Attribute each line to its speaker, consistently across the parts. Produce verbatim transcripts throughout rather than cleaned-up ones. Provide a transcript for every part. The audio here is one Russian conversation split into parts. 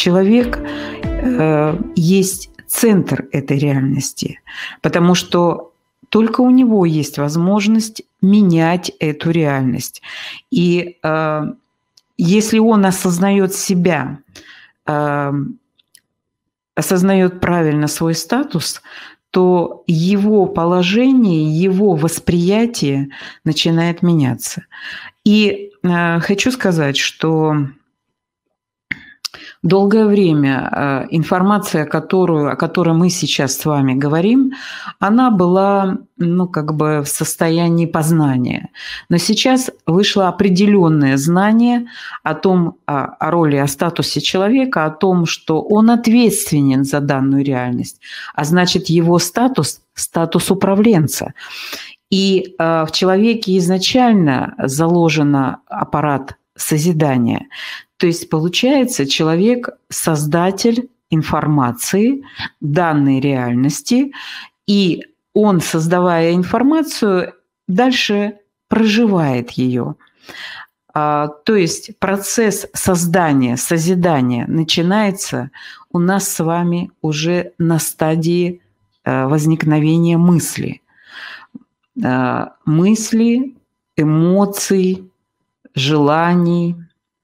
Speaker 1: человек э, есть центр этой реальности, потому что только у него есть возможность менять эту реальность. И э, если он осознает себя, э, осознает правильно свой статус, то его положение, его восприятие начинает меняться. И э, хочу сказать, что долгое время э, информация, которую, о которой мы сейчас с вами говорим, она была, ну, как бы в состоянии познания. Но сейчас вышло определенное знание о том, о, о роли, о статусе человека, о том, что он ответственен за данную реальность, а значит, его статус – статус управленца. И э, в человеке изначально заложен аппарат созидания. То есть, получается, человек – создатель информации, данной реальности, и он, создавая информацию, дальше проживает ее. А, то есть процесс создания, созидания начинается у нас с вами уже на стадии а, возникновения мысли. А, мысли, эмоций, желаний,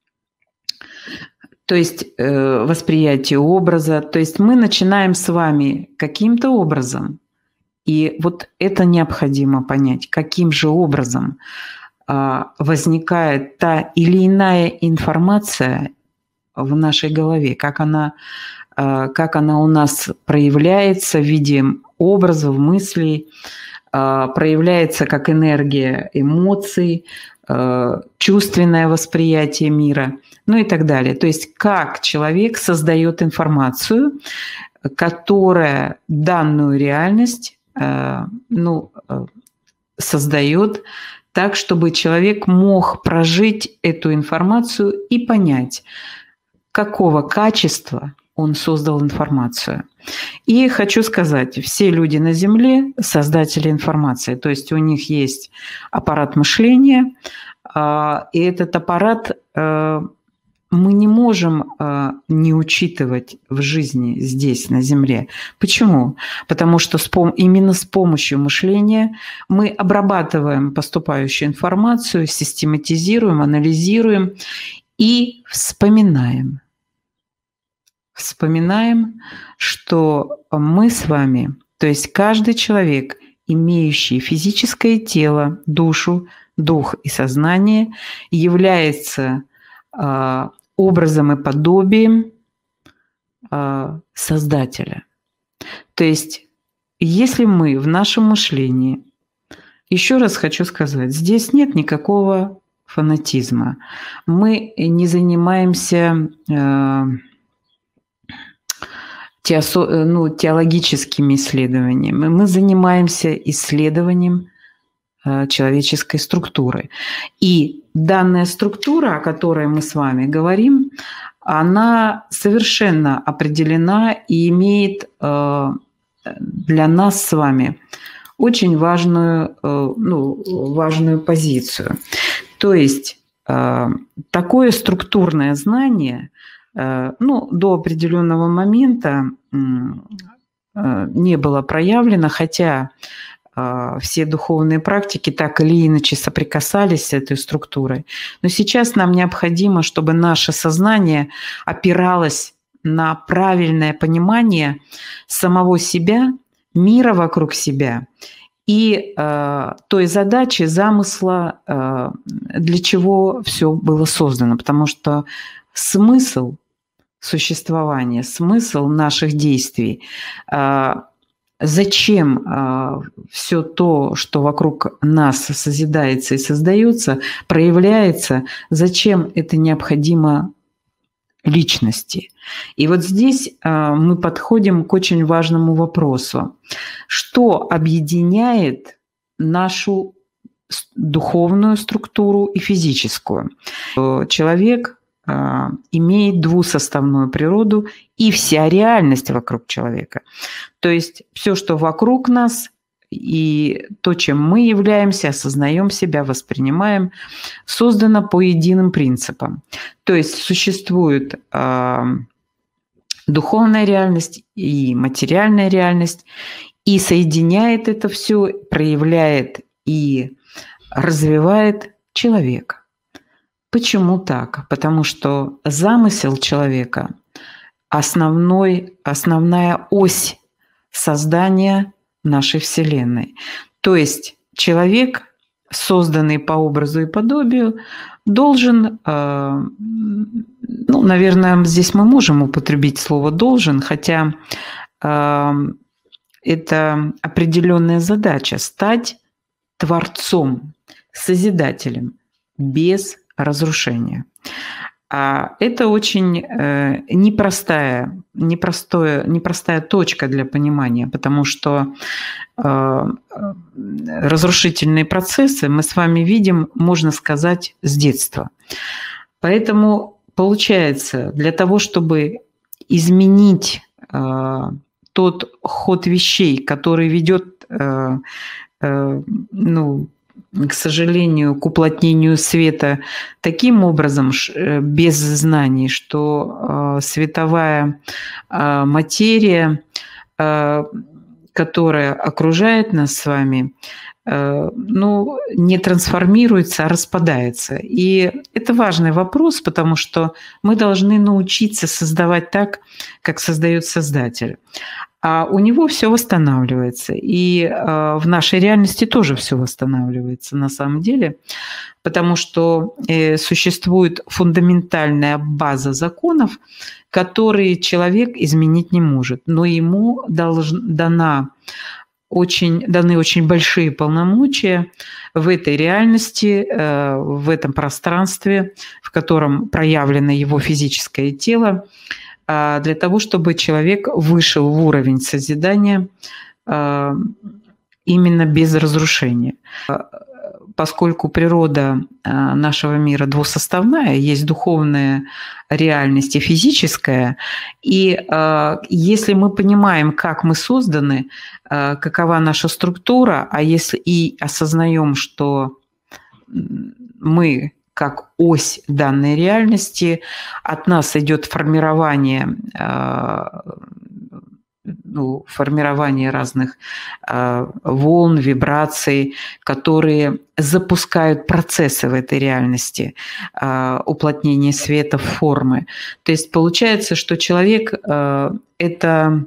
Speaker 1: то есть э, восприятие образа. То есть мы начинаем с вами каким-то образом, и вот это необходимо понять, каким же образом э, возникает та или иная информация в нашей голове, как она, э, как она у нас проявляется в виде образов, мыслей, э, проявляется как энергия эмоций, э, чувственное восприятие мира, ну и так далее. То есть как человек создает информацию, которая данную реальность э, ну, э, создает так, чтобы человек мог прожить эту информацию и понять, какого качества он создал информацию. И хочу сказать, все люди на Земле – создатели информации, то есть у них есть аппарат мышления, э, и этот аппарат э, мы не можем э, не учитывать в жизни здесь, на Земле. Почему? Потому что с пом- именно с помощью мышления мы обрабатываем поступающую информацию, систематизируем, анализируем и вспоминаем. Вспоминаем, что мы с вами, то есть каждый человек, имеющий физическое тело, душу, дух и сознание, является э, образом и подобием э, Создателя. То есть, если мы в нашем мышлении, еще раз хочу сказать, здесь нет никакого фанатизма. Мы не занимаемся э, теосо, ну, теологическими исследованиями, мы занимаемся исследованием э, человеческой структуры. И данная структура, о которой мы с вами говорим, она совершенно определена и имеет э, для нас с вами очень важную, э, ну, важную позицию. То есть э, такое структурное знание, э, ну, до определенного момента э, не было проявлено, хотя все духовные практики так или иначе соприкасались с этой структурой. Но сейчас нам необходимо, чтобы наше сознание опиралось на правильное понимание самого себя, мира вокруг себя и э, той задачи, замысла, э, для чего все было создано. Потому что смысл существования, смысл наших действий э, – зачем э, все то, что вокруг нас созидается и создается, проявляется, зачем это необходимо личности. И вот здесь э, мы подходим к очень важному вопросу. Что объединяет нашу духовную структуру и физическую? Человек имеет двусоставную природу и вся реальность вокруг человека. То есть все, что вокруг нас, и то, чем мы являемся, осознаем себя, воспринимаем, создано по единым принципам. То есть существует э, духовная реальность и материальная реальность, и соединяет это все, проявляет и развивает человека. Почему так? Потому что замысел человека – основной, основная ось создания нашей Вселенной. То есть человек, созданный по образу и подобию, должен, э, ну, наверное, здесь мы можем употребить слово «должен», хотя э, это определенная задача – стать творцом, созидателем без разрушения. А это очень э, непростая, непростое, непростая точка для понимания, потому что э, разрушительные процессы мы с вами видим, можно сказать, с детства. Поэтому получается, для того, чтобы изменить э, тот ход вещей, который ведет, э, э, ну, к сожалению, к уплотнению света таким образом, без знаний, что световая материя, которая окружает нас с вами, ну, не трансформируется, а распадается. И это важный вопрос, потому что мы должны научиться создавать так, как создает Создатель. А у него все восстанавливается. И э, в нашей реальности тоже все восстанавливается на самом деле, потому что э, существует фундаментальная база законов, которые человек изменить не может. Но ему долж, дана очень, даны очень большие полномочия в этой реальности, э, в этом пространстве, в котором проявлено его физическое тело, для того, чтобы человек вышел в уровень созидания именно без разрушения. Поскольку природа нашего мира двусоставная, есть духовная реальность и физическая, и если мы понимаем, как мы созданы, какова наша структура, а если и осознаем, что мы как ось данной реальности, от нас идет формирование, ну, формирование разных волн, вибраций, которые запускают процессы в этой реальности, уплотнение света в формы. То есть получается, что человек – это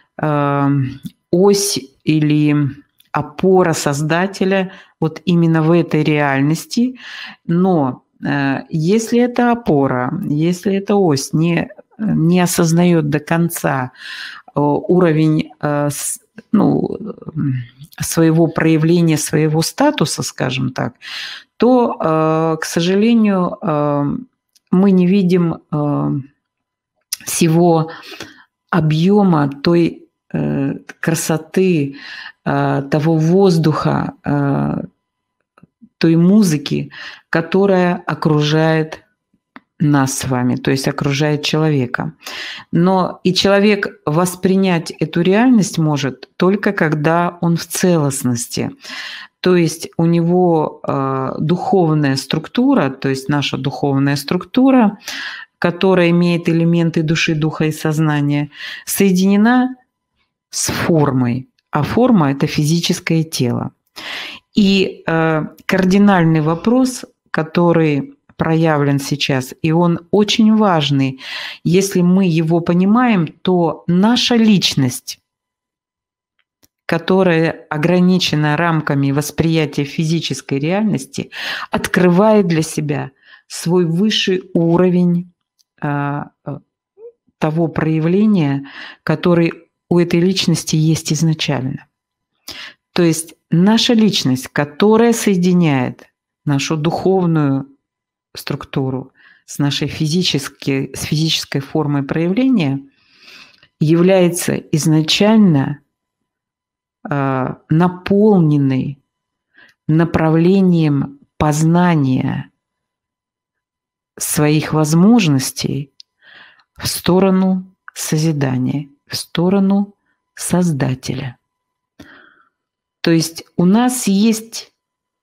Speaker 1: ось или опора Создателя вот именно в этой реальности, но э, если эта опора, если эта ось не, не осознает до конца э, уровень э, с, ну, своего проявления, своего статуса, скажем так, то, э, к сожалению, э, мы не видим э, всего объема той э, красоты, того воздуха, той музыки, которая окружает нас с вами, то есть окружает человека. Но и человек воспринять эту реальность может только когда он в целостности. То есть у него духовная структура, то есть наша духовная структура, которая имеет элементы души, духа и сознания, соединена с формой. А форма – это физическое тело. И э, кардинальный вопрос, который проявлен сейчас, и он очень важный, если мы его понимаем, то наша личность, которая ограничена рамками восприятия физической реальности, открывает для себя свой высший уровень э, того проявления, который у этой личности есть изначально. То есть наша личность, которая соединяет нашу духовную структуру с нашей физической, с физической формой проявления, является изначально э, наполненной направлением познания своих возможностей в сторону созидания, в сторону Создателя. То есть у нас есть,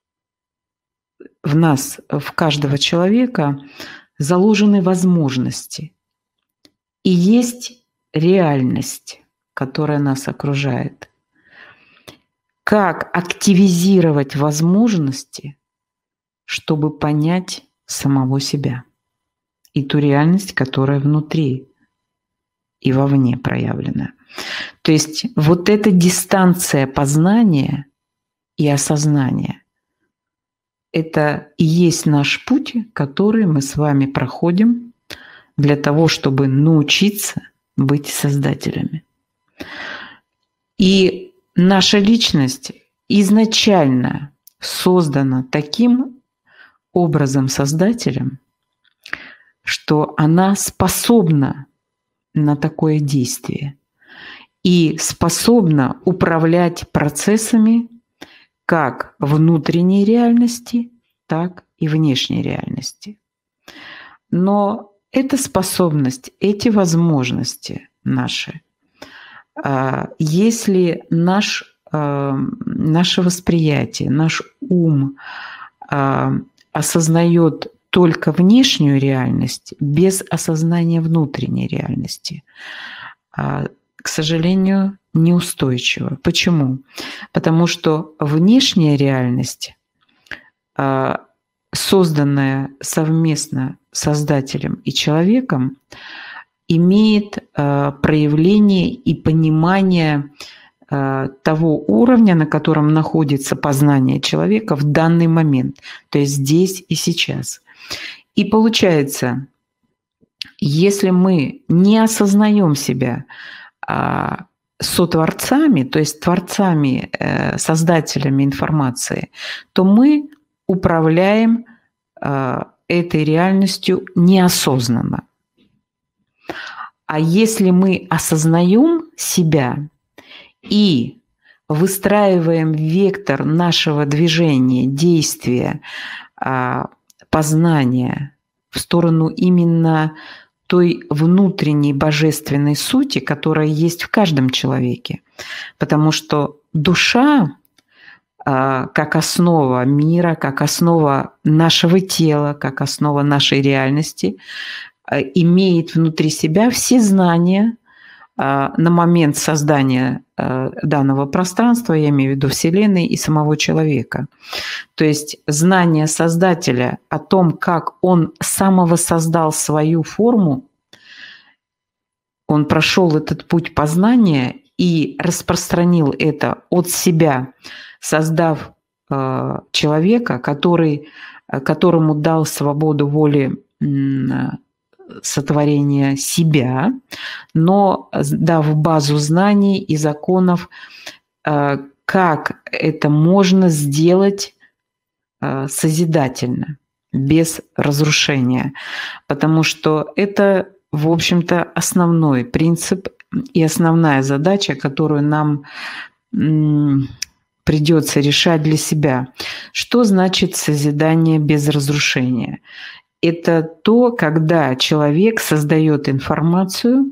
Speaker 1: в нас, в каждого человека заложены возможности. И есть реальность, которая нас окружает, как активизировать возможности, чтобы понять самого себя и ту реальность, которая внутри и вовне проявлена. То есть вот эта дистанция познания и осознания – это и есть наш путь, который мы с вами проходим для того, чтобы научиться быть создателями. И наша личность изначально создана таким образом создателем, что она способна на такое действие и способна управлять процессами как внутренней реальности, так и внешней реальности. Но эта способность, эти возможности наши, если наш, наше восприятие, наш ум осознает только внешнюю реальность без осознания внутренней реальности, к сожалению, неустойчиво. Почему? Потому что внешняя реальность, созданная совместно создателем и человеком, имеет проявление и понимание того уровня, на котором находится познание человека в данный момент, то есть здесь и сейчас. И получается, если мы не осознаем себя сотворцами, то есть творцами, создателями информации, то мы управляем этой реальностью неосознанно. А если мы осознаем себя и выстраиваем вектор нашего движения, действия, познания в сторону именно той внутренней божественной сути, которая есть в каждом человеке. Потому что душа, как основа мира, как основа нашего тела, как основа нашей реальности, имеет внутри себя все знания на момент создания данного пространства, я имею в виду Вселенной и самого человека. То есть знание Создателя о том, как Он самовоссоздал свою форму, Он прошел этот путь познания и распространил это от себя, создав человека, который, которому дал свободу воли сотворения себя, но дав базу знаний и законов, как это можно сделать созидательно, без разрушения. Потому что это, в общем-то, основной принцип и основная задача, которую нам придется решать для себя. Что значит созидание без разрушения? Это то, когда человек создает информацию,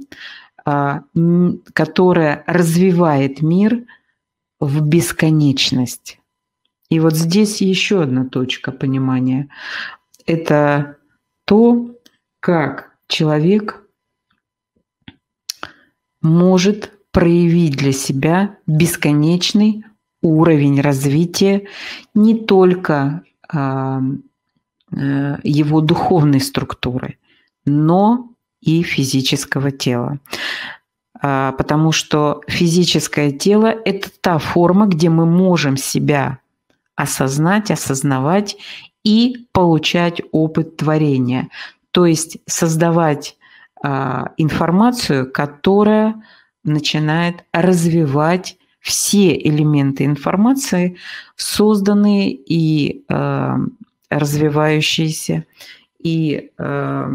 Speaker 1: которая развивает мир в бесконечность. И вот здесь еще одна точка понимания. Это то, как человек может проявить для себя бесконечный уровень развития не только его духовной структуры, но и физического тела. Потому что физическое тело – это та форма, где мы можем себя осознать, осознавать и получать опыт творения. То есть создавать информацию, которая начинает развивать все элементы информации, созданные и развивающиеся и э,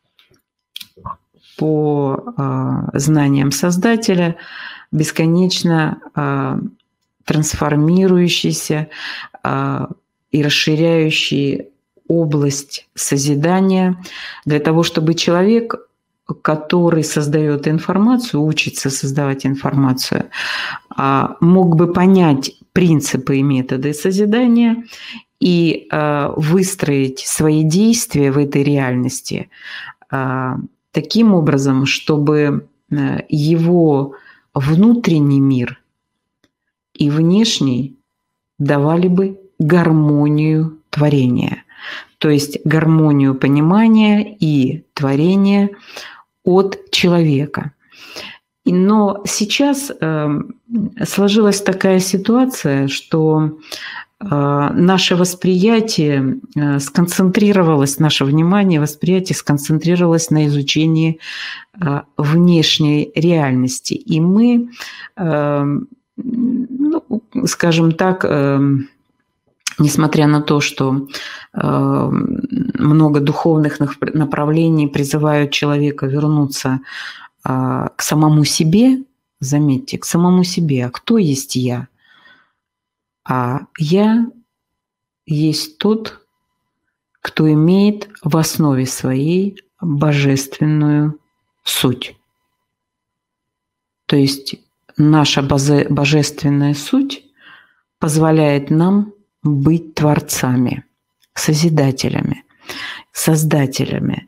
Speaker 1: по э, знаниям Создателя бесконечно э, трансформирующиеся э, и расширяющие область созидания для того, чтобы человек, который создает информацию, учится создавать информацию, э, мог бы понять принципы и методы созидания и э, выстроить свои действия в этой реальности э, таким образом, чтобы его внутренний мир и внешний давали бы гармонию творения, то есть гармонию понимания и творения от человека. Но сейчас сложилась такая ситуация, что наше восприятие сконцентрировалось, наше внимание, восприятие сконцентрировалось на изучении внешней реальности. И мы, ну, скажем так, несмотря на то, что много духовных направлений призывают человека вернуться к самому себе, заметьте, к самому себе. А кто есть я? А я есть тот, кто имеет в основе своей божественную суть. То есть наша божественная суть позволяет нам быть творцами, созидателями, создателями.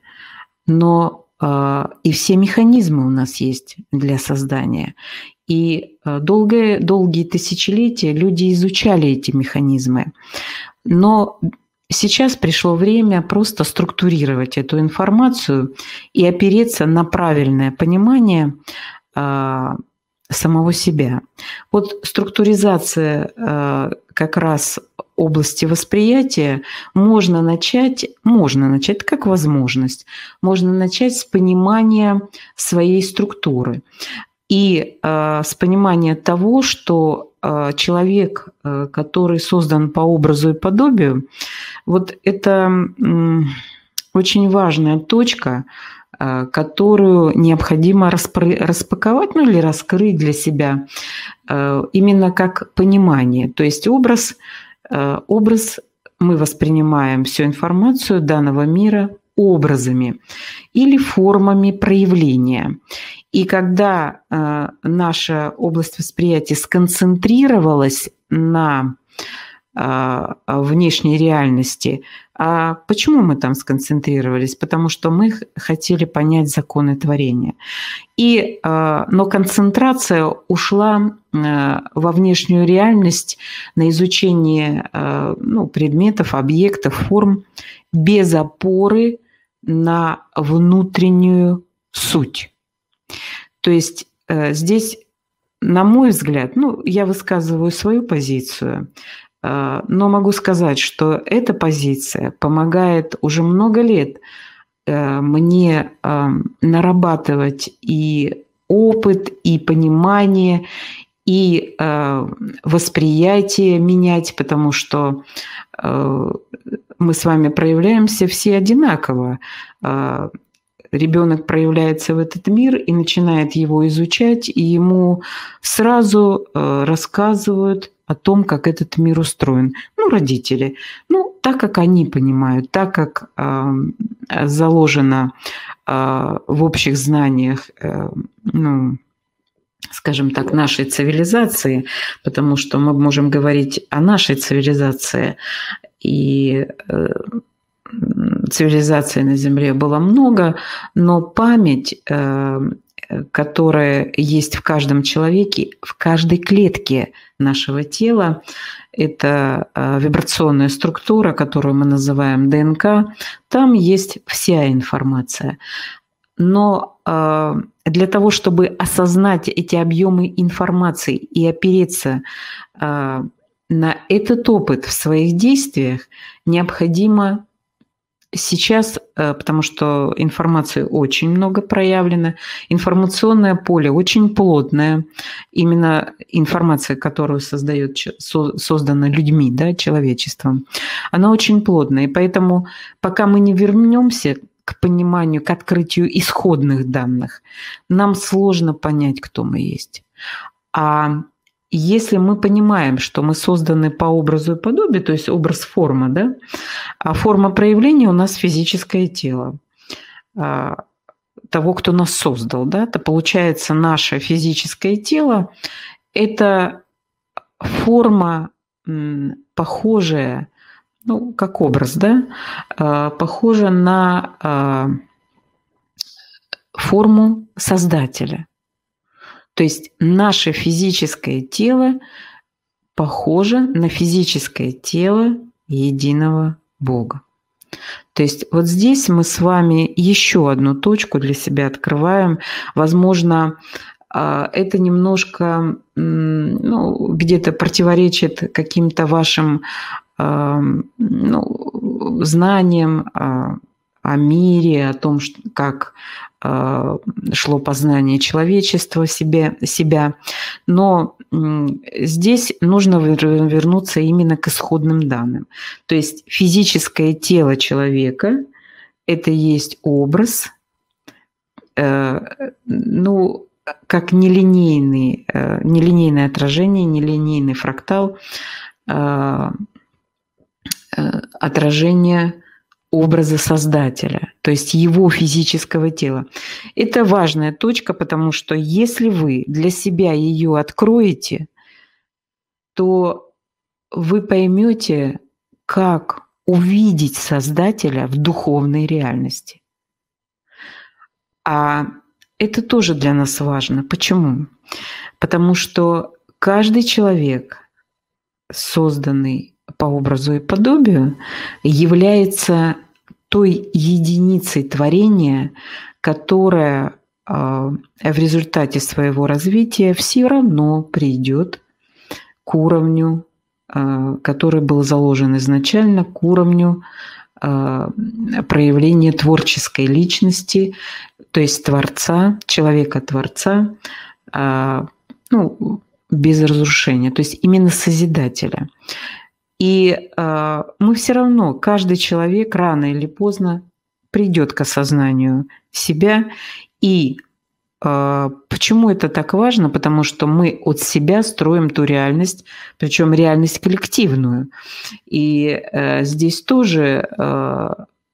Speaker 1: Но э, и все механизмы у нас есть для создания. И долгие, долгие тысячелетия люди изучали эти механизмы. Но сейчас пришло время просто структурировать эту информацию и опереться на правильное понимание э, самого себя. Вот структуризация э, как раз области восприятия можно начать, можно начать как возможность, можно начать с понимания своей структуры. И э, с понимания того, что э, человек, э, который создан по образу и подобию, вот это э, очень важная точка, э, которую необходимо распро- распаковать, ну или раскрыть для себя, э, именно как понимание. То есть образ, э, образ мы воспринимаем всю информацию данного мира образами или формами проявления. И когда э, наша область восприятия сконцентрировалась на э, внешней реальности, а почему мы там сконцентрировались? Потому что мы хотели понять законы творения. И, э, но концентрация ушла э, во внешнюю реальность на изучение э, ну, предметов, объектов, форм без опоры на внутреннюю суть. То есть э, здесь, на мой взгляд, ну, я высказываю свою позицию, э, но могу сказать, что эта позиция помогает уже много лет э, мне э, нарабатывать и опыт, и понимание, и э, восприятие менять, потому что э, мы с вами проявляемся все одинаково. Э, Ребенок проявляется в этот мир и начинает его изучать, и ему сразу э, рассказывают о том, как этот мир устроен. Ну, родители. Ну, так, как они понимают, так, как э, заложено э, в общих знаниях, э, ну, скажем так, нашей цивилизации, потому что мы можем говорить о нашей цивилизации, и э, цивилизаций на Земле было много, но память, которая есть в каждом человеке, в каждой клетке нашего тела, это вибрационная структура, которую мы называем ДНК, там есть вся информация. Но для того, чтобы осознать эти объемы информации и опереться на этот опыт в своих действиях, необходимо сейчас, потому что информации очень много проявлено, информационное поле очень плотное, именно информация, которую создает, создана людьми, да, человечеством, она очень плотная. И поэтому пока мы не вернемся к пониманию, к открытию исходных данных, нам сложно понять, кто мы есть. А если мы понимаем, что мы созданы по образу и подобию, то есть образ форма, да, а форма проявления у нас физическое тело того, кто нас создал, да, то получается наше физическое тело – это форма, похожая, ну, как образ, да, похожа на форму Создателя. То есть наше физическое тело похоже на физическое тело единого Бога. То есть вот здесь мы с вами еще одну точку для себя открываем. Возможно, это немножко, ну, где-то противоречит каким-то вашим, ну, знаниям о мире, о том, как шло познание человечества себе, себя. Но здесь нужно вернуться именно к исходным данным. То есть физическое тело человека – это есть образ, ну, как нелинейный, нелинейное отражение, нелинейный фрактал отражения образа Создателя, то есть его физического тела. Это важная точка, потому что если вы для себя ее откроете, то вы поймете, как увидеть Создателя в духовной реальности. А это тоже для нас важно. Почему? Потому что каждый человек, созданный по образу и подобию, является той единицей творения, которая в результате своего развития все равно придет к уровню, который был заложен изначально, к уровню проявления творческой личности, то есть Творца, человека-творца, ну, без разрушения, то есть именно Созидателя. И э, мы все равно, каждый человек рано или поздно придет к осознанию себя. И э, почему это так важно? Потому что мы от себя строим ту реальность, причем реальность коллективную. И э, здесь тоже э,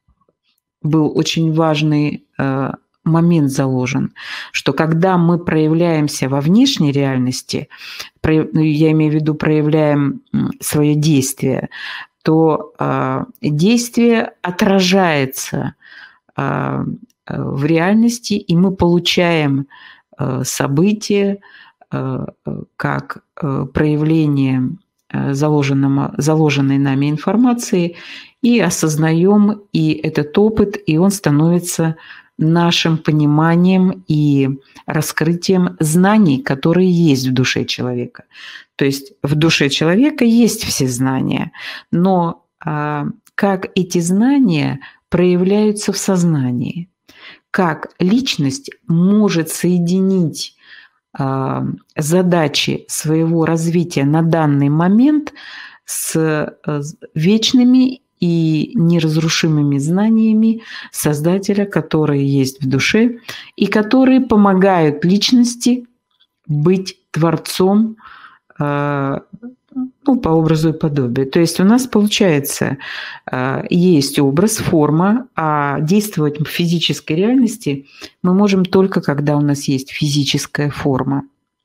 Speaker 1: был очень важный э, момент заложен, что когда мы проявляемся во внешней реальности, я имею в виду проявляем свое действие, то э, действие отражается э, в реальности, и мы получаем э, события э, как э, проявление э, заложенного, заложенной нами информации, и осознаем и этот опыт, и он становится нашим пониманием и раскрытием знаний, которые есть в душе человека. То есть в душе человека есть все знания, но а, как эти знания проявляются в сознании, как личность может соединить а, задачи своего развития на данный момент с а, вечными и неразрушимыми знаниями Создателя, которые есть в душе и которые помогают личности быть творцом, э, ну, по образу и подобию. То есть у нас получается, э, есть образ, форма, а действовать в физической реальности мы можем только когда у нас есть физическая форма.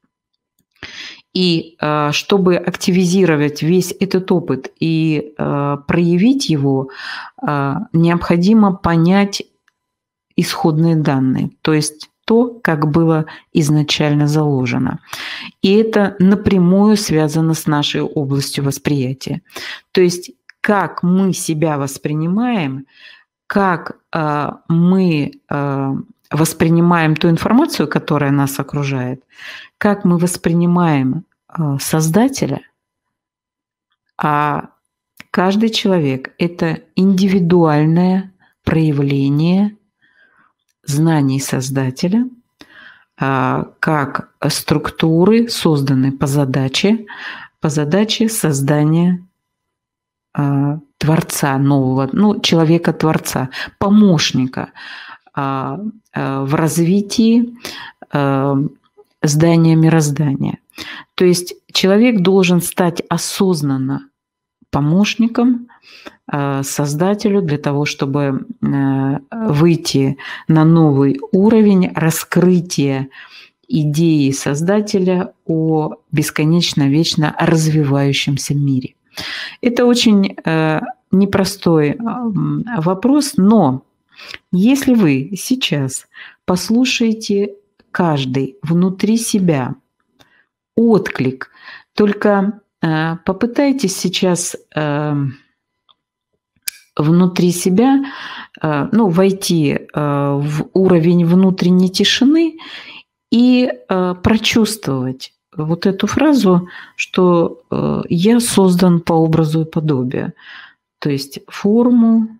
Speaker 1: И чтобы активизировать весь этот опыт и проявить его, необходимо понять исходные данные, то есть то, как было изначально заложено. И это напрямую связано с нашей областью восприятия. То есть как мы себя воспринимаем, как мы воспринимаем ту информацию, которая нас окружает, как мы воспринимаем Создателя, а каждый человек – это индивидуальное проявление знаний Создателя, как структуры, созданные по задаче, по задаче создания Творца нового, ну, человека-творца, помощника в развитии здания мироздания. То есть человек должен стать осознанно помощником Создателю для того, чтобы выйти на новый уровень раскрытия идеи Создателя о бесконечно, вечно развивающемся мире. Это очень непростой вопрос, но если вы сейчас послушаете каждый внутри себя отклик. Только э, попытайтесь сейчас э, внутри себя, э, ну, войти э, в уровень внутренней тишины и э, прочувствовать вот эту фразу, что э, я создан по образу и подобию. То есть форму,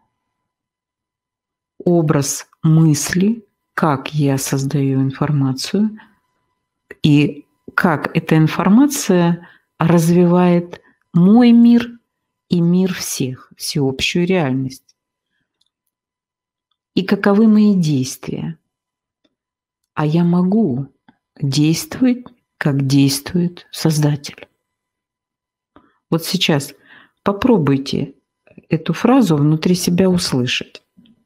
Speaker 1: образ мысли, как я создаю информацию и как эта информация развивает мой мир и мир всех, всеобщую реальность. И каковы мои действия. А я могу действовать, как действует Создатель. Вот сейчас попробуйте эту фразу внутри себя услышать.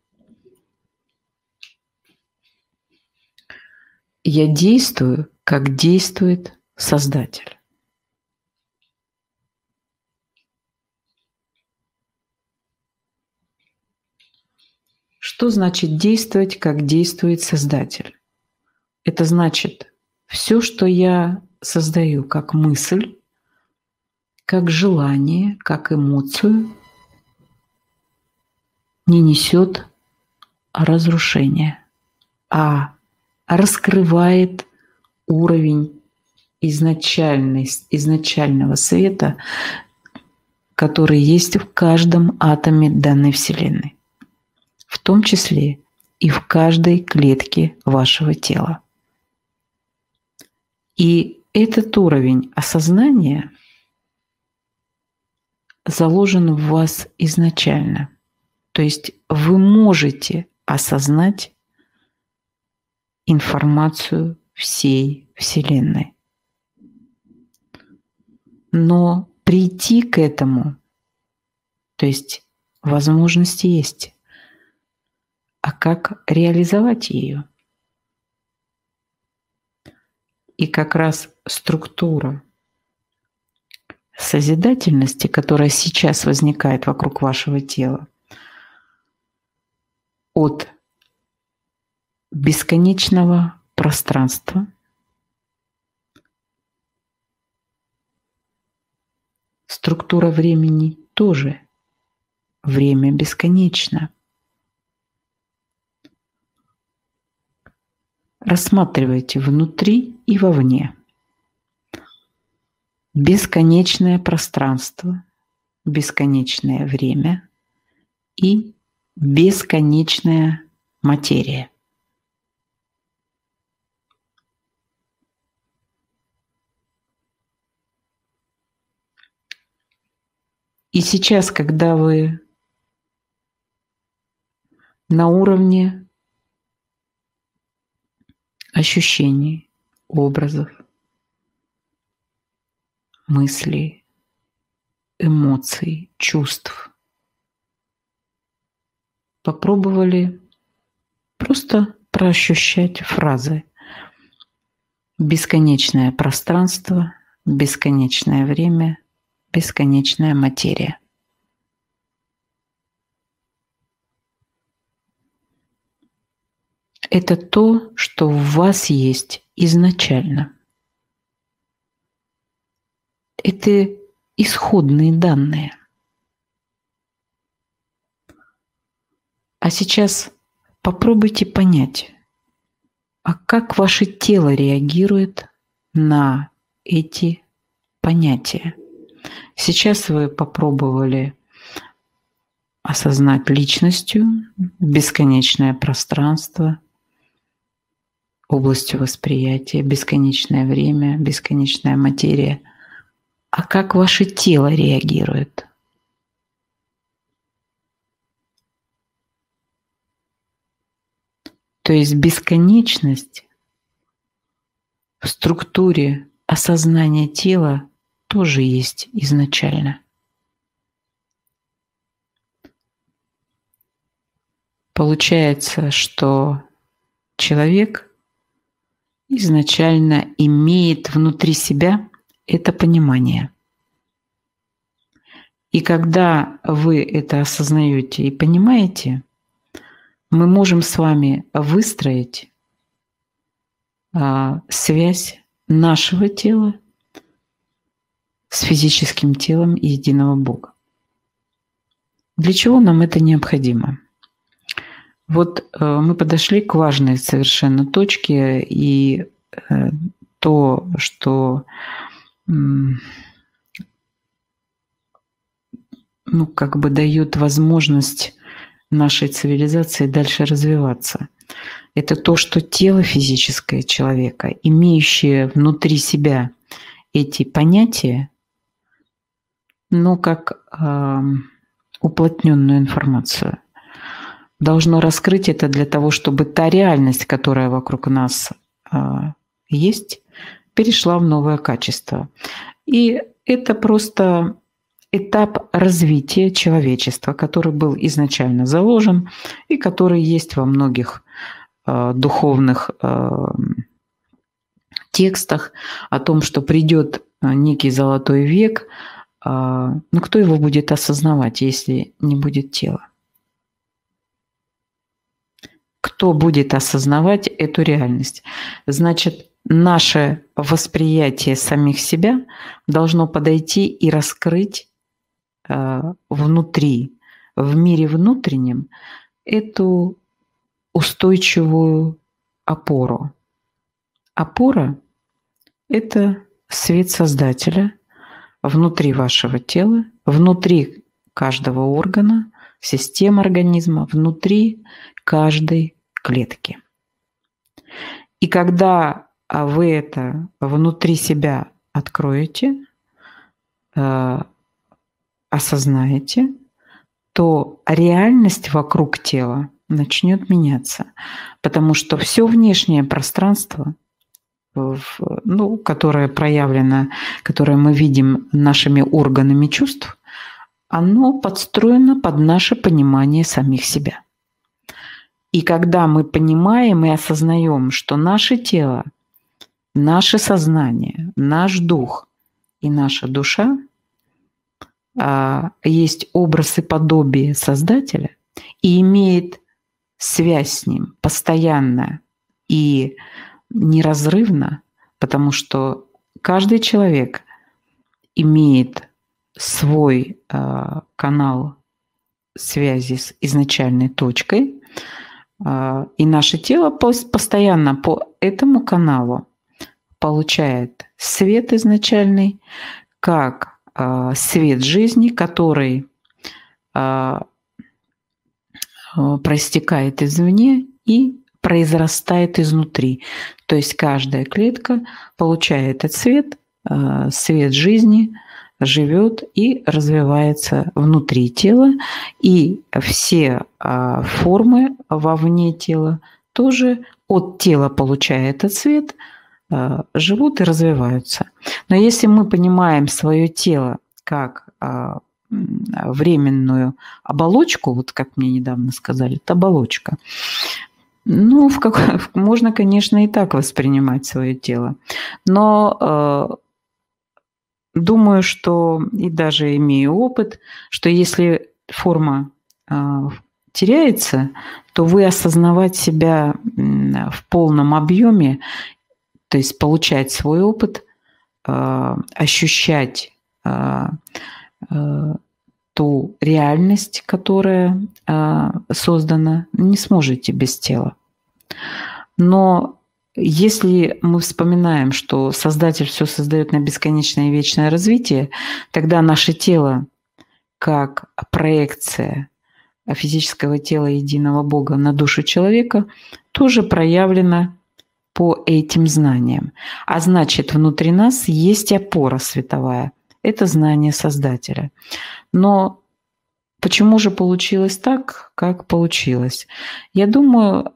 Speaker 1: Я действую, как действует Создатель. Что значит действовать, как действует Создатель? Это значит, все, что я создаю как мысль, как желание, как эмоцию, не несет разрушения, а раскрывает уровень изначального света, который есть в каждом атоме данной Вселенной, в том числе и в каждой клетке вашего тела. И этот уровень осознания заложен в вас изначально. То есть вы можете осознать информацию всей Вселенной. Но прийти к этому, то есть возможности есть. А как реализовать ее? И как раз структура созидательности, которая сейчас возникает вокруг вашего тела, от бесконечного пространства структура времени тоже. Время бесконечно. Рассматривайте внутри и вовне. Бесконечное пространство, бесконечное время и бесконечная материя. И сейчас, когда вы на уровне ощущений, образов, мыслей, эмоций, чувств, попробовали просто проощущать фразы: бесконечное пространство, бесконечное время, бесконечная материя. Это то, что в вас есть изначально. Это исходные данные. А сейчас попробуйте понять, а как ваше тело реагирует на эти понятия. Сейчас вы попробовали осознать личностью бесконечное пространство, областью восприятия, бесконечное время, бесконечная материя. А как ваше тело реагирует? То есть бесконечность в структуре осознания тела тоже есть изначально. Получается, что человек изначально имеет внутри себя это понимание. И когда вы это осознаете и понимаете, мы можем с вами выстроить связь нашего тела с физическим телом единого Бога. Для чего нам это необходимо? Вот мы подошли к важной совершенно точке, и то, что ну, как бы дает возможность нашей цивилизации дальше развиваться. Это то, что тело физическое человека, имеющее внутри себя эти понятия, ну, как э, уплотненную информацию, должно раскрыть это для того, чтобы та реальность, которая вокруг нас э, есть, перешла в новое качество. И это просто этап развития человечества, который был изначально заложен и который есть во многих э, духовных э, текстах о том, что придет некий золотой век, э, но кто его будет осознавать, если не будет тела? Кто будет осознавать эту реальность? Значит, наше восприятие самих себя должно подойти и раскрыть внутри, в мире внутреннем, эту устойчивую опору. Опора – это свет Создателя внутри вашего тела, внутри каждого органа, систем организма, внутри каждой клетки. И когда вы это внутри себя откроете, осознаете, то реальность вокруг тела начнет меняться, потому что все внешнее пространство, ну, которое проявлено, которое мы видим нашими органами чувств, оно подстроено под наше понимание самих себя. И когда мы понимаем и осознаем, что наше тело, наше сознание, наш дух и наша душа есть образ и подобие Создателя и имеет связь с Ним постоянно и неразрывно, потому что каждый человек имеет свой э, канал связи с изначальной точкой, э, и наше тело постоянно по этому каналу получает свет изначальный, как свет жизни, который э, проистекает извне и произрастает изнутри. То есть каждая клетка получает этот свет, э, свет жизни, живет и развивается внутри тела. И все э, формы вовне тела тоже от тела получая этот свет, живут и развиваются. Но если мы понимаем свое тело как а, временную оболочку, вот как мне недавно сказали, это оболочка, ну, в как, можно, конечно, и так воспринимать свое тело. Но э, думаю, что, и даже имею опыт, что если форма э, теряется, то вы осознавать себя в полном объеме, то есть получать свой опыт, ощущать ту реальность, которая создана, не сможете без тела. Но если мы вспоминаем, что Создатель все создает на бесконечное и вечное развитие, тогда наше тело, как проекция физического тела единого Бога на душу человека, тоже проявлено по этим знаниям. А значит, внутри нас есть опора световая. Это знание Создателя. Но почему же получилось так, как получилось? Я думаю,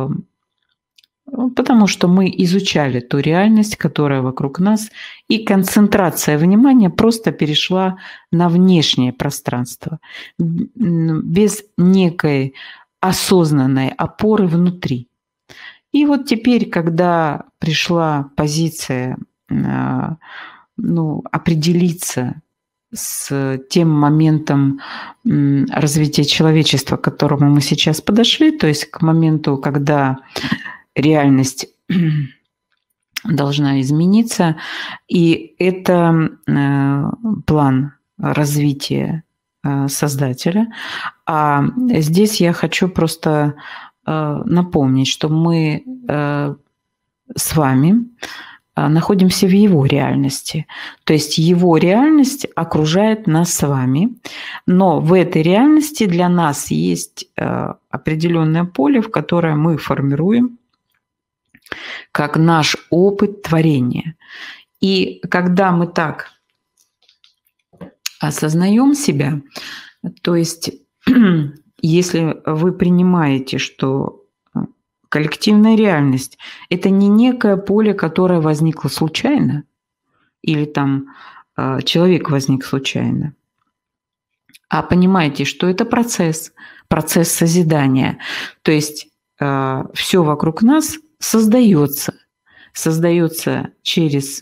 Speaker 1: потому что мы изучали ту реальность, которая вокруг нас, и концентрация внимания просто перешла на внешнее пространство, без некой осознанной опоры внутри. И вот теперь, когда пришла позиция ну, определиться с тем моментом развития человечества, к которому мы сейчас подошли, то есть к моменту, когда реальность должна измениться. И это план развития Создателя. А здесь я хочу просто напомнить, что мы с вами находимся в его реальности. То есть его реальность окружает нас с вами, но в этой реальности для нас есть определенное поле, в которое мы формируем как наш опыт творения. И когда мы так осознаем себя, то есть если вы принимаете, что коллективная реальность – это не некое поле, которое возникло случайно, или там человек возник случайно, а понимаете, что это процесс, процесс созидания. То есть все вокруг нас создается, создается через,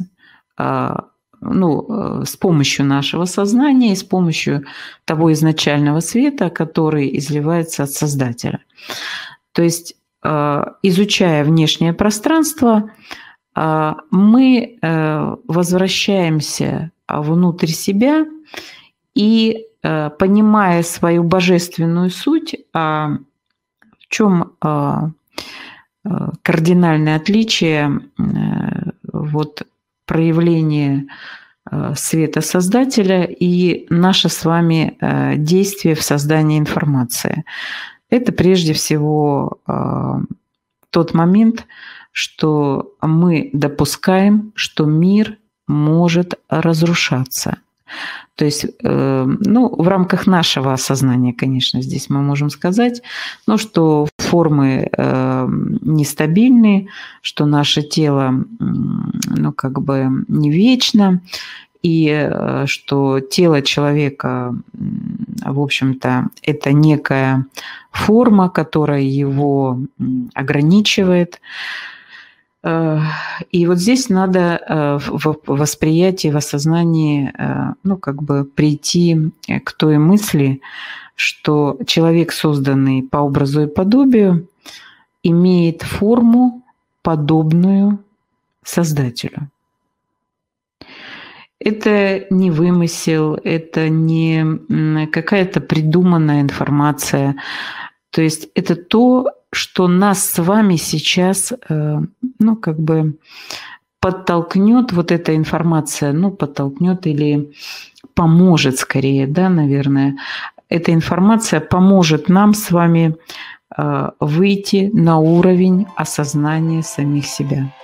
Speaker 1: ну, с помощью нашего сознания и с помощью того изначального света, который изливается от Создателя. То есть, изучая внешнее пространство, мы возвращаемся внутрь себя и, понимая свою божественную суть, в чем кардинальное отличие вот, проявления света Создателя и наше с вами действие в создании информации. Это прежде всего тот момент, что мы допускаем, что мир может разрушаться. То есть, ну, в рамках нашего осознания, конечно, здесь мы можем сказать, ну, что формы нестабильны, что наше тело, ну, как бы не вечно, и что тело человека, в общем-то, это некая форма, которая его ограничивает. И вот здесь надо в восприятии, в осознании, ну, как бы прийти к той мысли, что человек, созданный по образу и подобию, имеет форму, подобную Создателю. Это не вымысел, это не какая-то придуманная информация. То есть это то, что нас с вами сейчас, ну, как бы подтолкнет, вот эта информация, ну, подтолкнет или поможет скорее, да, наверное. Эта информация поможет нам с вами выйти на уровень осознания самих себя.